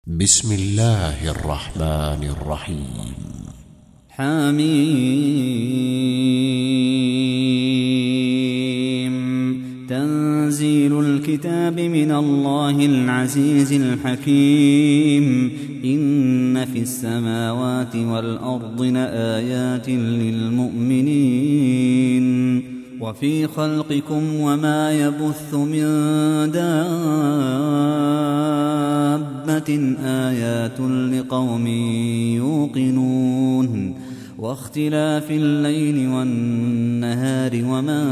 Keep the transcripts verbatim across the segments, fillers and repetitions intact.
بسم الله الرحمن الرحيم. حميم. تنزيل الكتاب من الله العزيز الحكيم. إن في السماوات والأرض لآيات للمؤمنين وفي خلقكم وما يبث من دابة آيات لقوم يوقنون واختلاف الليل والنهار وما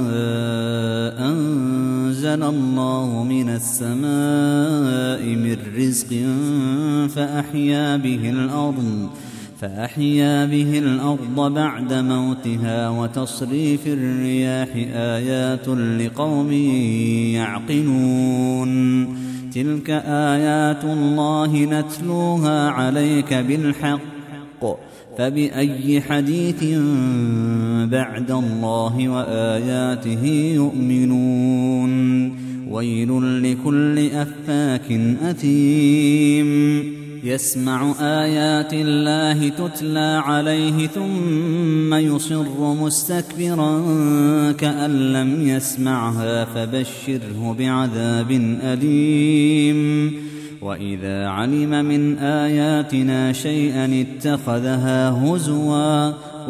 أنزل الله من السماء من رزق فأحيا به الأرض فأحيا به الأرض بعد موتها وتصريف الرياح آيات لقوم يعقلون. تلك آيات الله نتلوها عليك بالحق فبأي حديث بعد الله وآياته يؤمنون. ويل لكل أفاك أثيم يسمع آيات الله تتلى عليه ثم يصر مستكبرا كأن لم يسمعها فبشره بعذاب أليم. وإذا علم من آياتنا شيئا اتخذها هزوا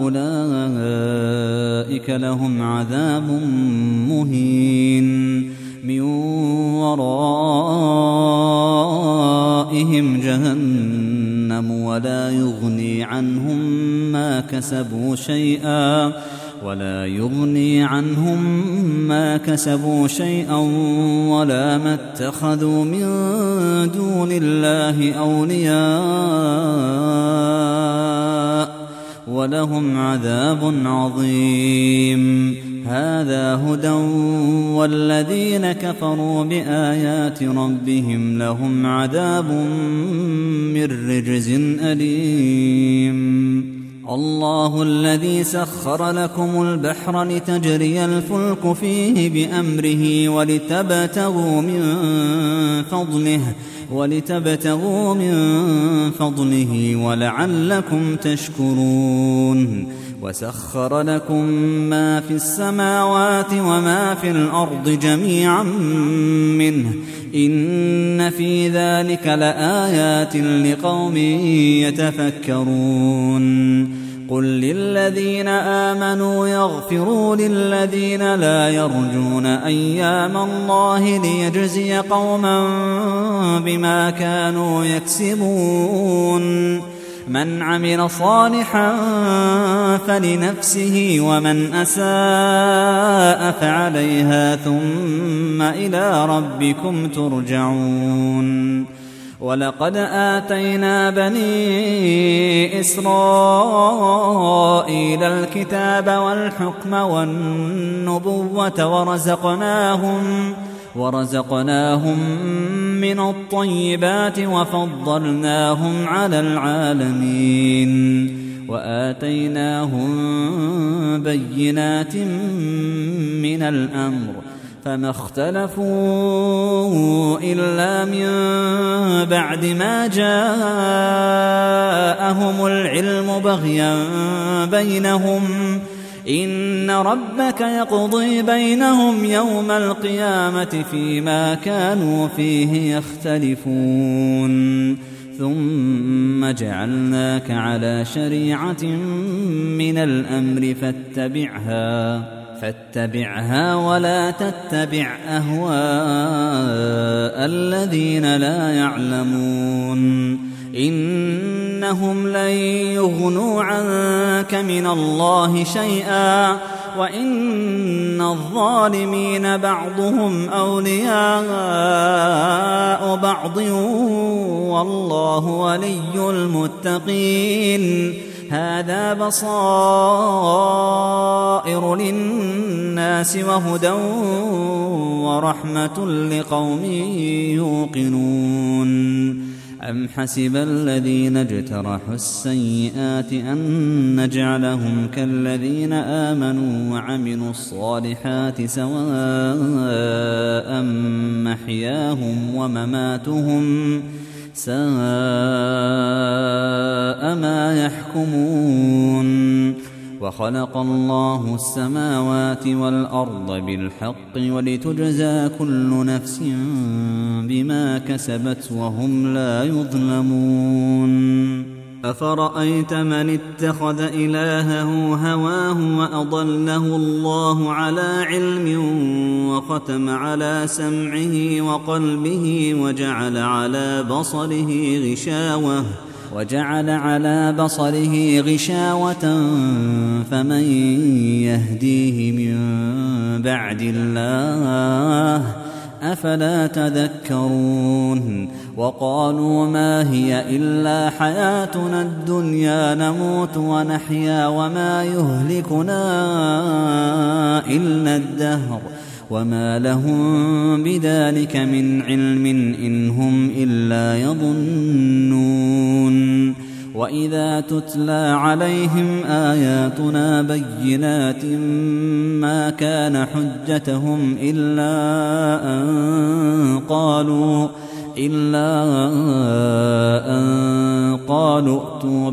أولئك لهم عذاب مهين من ورائهم جهنم ولا يغني عنهم ما كسبوا شيئا ولا يغني عنهم ما كسبوا شيئا ولا ما اتخذوا من دون الله أولياء ولهم عذاب عظيم. هذا هدى والذين كفروا بآيات ربهم لهم عذاب من رجز أليم. الله الذي سخر لكم البحر لتجري الفلك فيه بأمره ولتبتغوا من فضله ولتبتغوا من فضله ولعلكم تشكرون. وسخر لكم ما في السماوات وما في الأرض جميعا منه إن في ذلك لآيات لقوم يتفكرون. قل للذين آمنوا يغفروا للذين لا يرجون أيام الله ليجزي قوما بما كانوا يكسبون. من عمل صالحا فلنفسه ومن أساء فعليها ثم إلى ربكم ترجعون. ولقد آتينا بني إسرائيل الكتاب والحكم والنبوة ورزقناهم ورزقناهم من الطيبات وفضلناهم على العالمين وآتيناهم بينات من الأمر فما اختلفوا إلا من بعد ما جاءهم العلم بغيا بينهم إن ربك يقضي بينهم يوم القيامة فيما كانوا فيه يختلفون. ثم جعلناك على شريعة من الأمر فاتبعها فاتبعها ولا تتبع أهواء الذين لا يعلمون. إنهم لن يغنوا عنك من الله شيئا وإن الظالمين بعضهم أولياء بعض والله ولي المتقين. هذا بصائر للناس وهدى ورحمة لقوم يوقنون. أم حسب الذين اجترحوا السيئات أن نجعلهم كالذين آمنوا وعملوا الصالحات سواء محياهم ومماتهم ساء ما يحكمون. وخلق الله السماوات والأرض بالحق ولتجزى كل نفس بما كسبت وهم لا يظلمون. أفرأيت من اتخذ إلهه هواه وأضله الله على علم وختم على سمعه وقلبه وجعل على بصره غشاوة وجعل على بصره غشاوة فمن يهديه من بعد الله أفلا تذكرون. وقالوا ما هي إلا حياتنا الدنيا نموت ونحيا وما يهلكنا إلا الدهر وما لهم بذلك من علم إن هم إلا يظنون. وإذا تتلى عليهم آياتنا بينات ما كان حجتهم إلا أن قالوا إلا أن قالوا ائتوا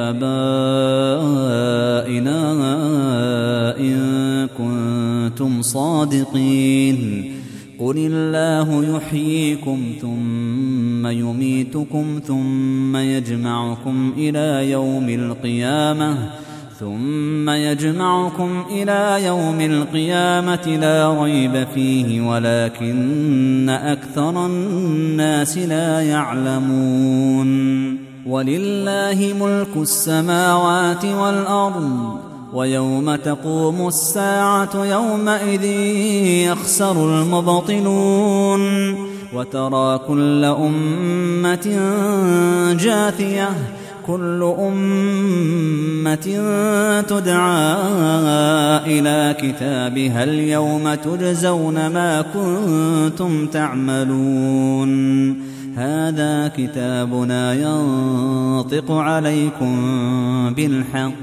بآبائنا إن كنتم صادقين. قل الله يحييكم ثم يميتكم ثم يجمعكم إلى يوم القيامة ثم يجمعكم إلى يوم القيامة لا ريب فيه ولكن أكثر الناس لا يعلمون. ولله ملك السماوات والأرض ويوم تقوم الساعة يومئذ يخسر المبطلون. وترى كل أمة جاثية كل أمة تدعى إلى كتابها اليوم تجزون ما كنتم تعملون. هذا كتابنا ينطق عليكم بالحق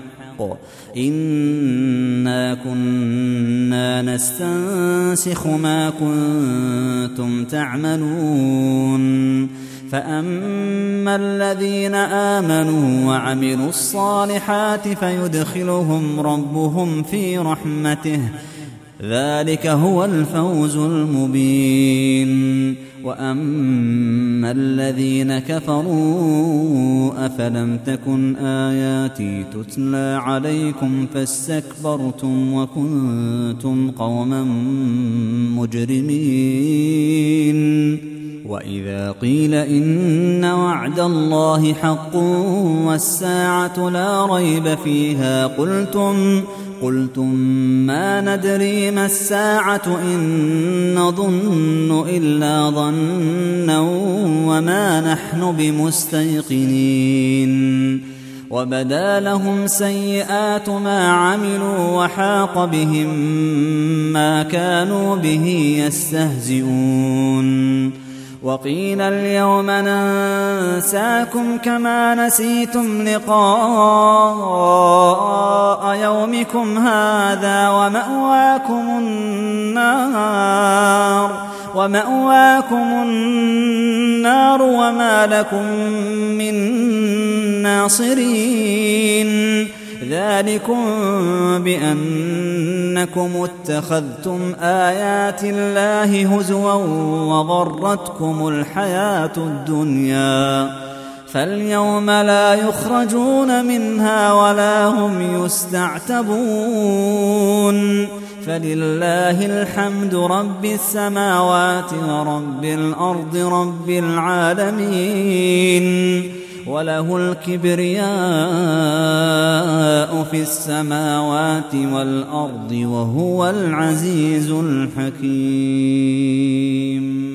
إنا كنا نستنسخ ما كنتم تعملون. فأما الذين آمنوا وعملوا الصالحات فيدخلهم ربهم في رحمته ذلك هو الفوز المبين. وأما الذين كفروا أفلم تكن آياتي تتلى عليكم فاستكبرتم وكنتم قوما مجرمين. وإذا قيل إن وعد الله حق والساعة لا ريب فيها قلتم قلتم ما ندري ما الساعة إن نظن إلا ظنا وما نحن بمستيقنين. وبدا لهم سيئات ما عملوا وحاق بهم ما كانوا به يستهزئون. وقيل اليوم ننساكم كما نسيتم لقاء يومكم هذا ومأواكم النار ومأواكم النار وما لكم من ناصرين. ذلكم بأنكم اتخذتم آيات الله هزوا وغرتكم الحياة الدنيا فاليوم لا يخرجون منها ولا هم يستعتبون. فلله الحمد رب السماوات ورب الأرض رب العالمين وله الكبرياء في السماوات والأرض وهو العزيز الحكيم.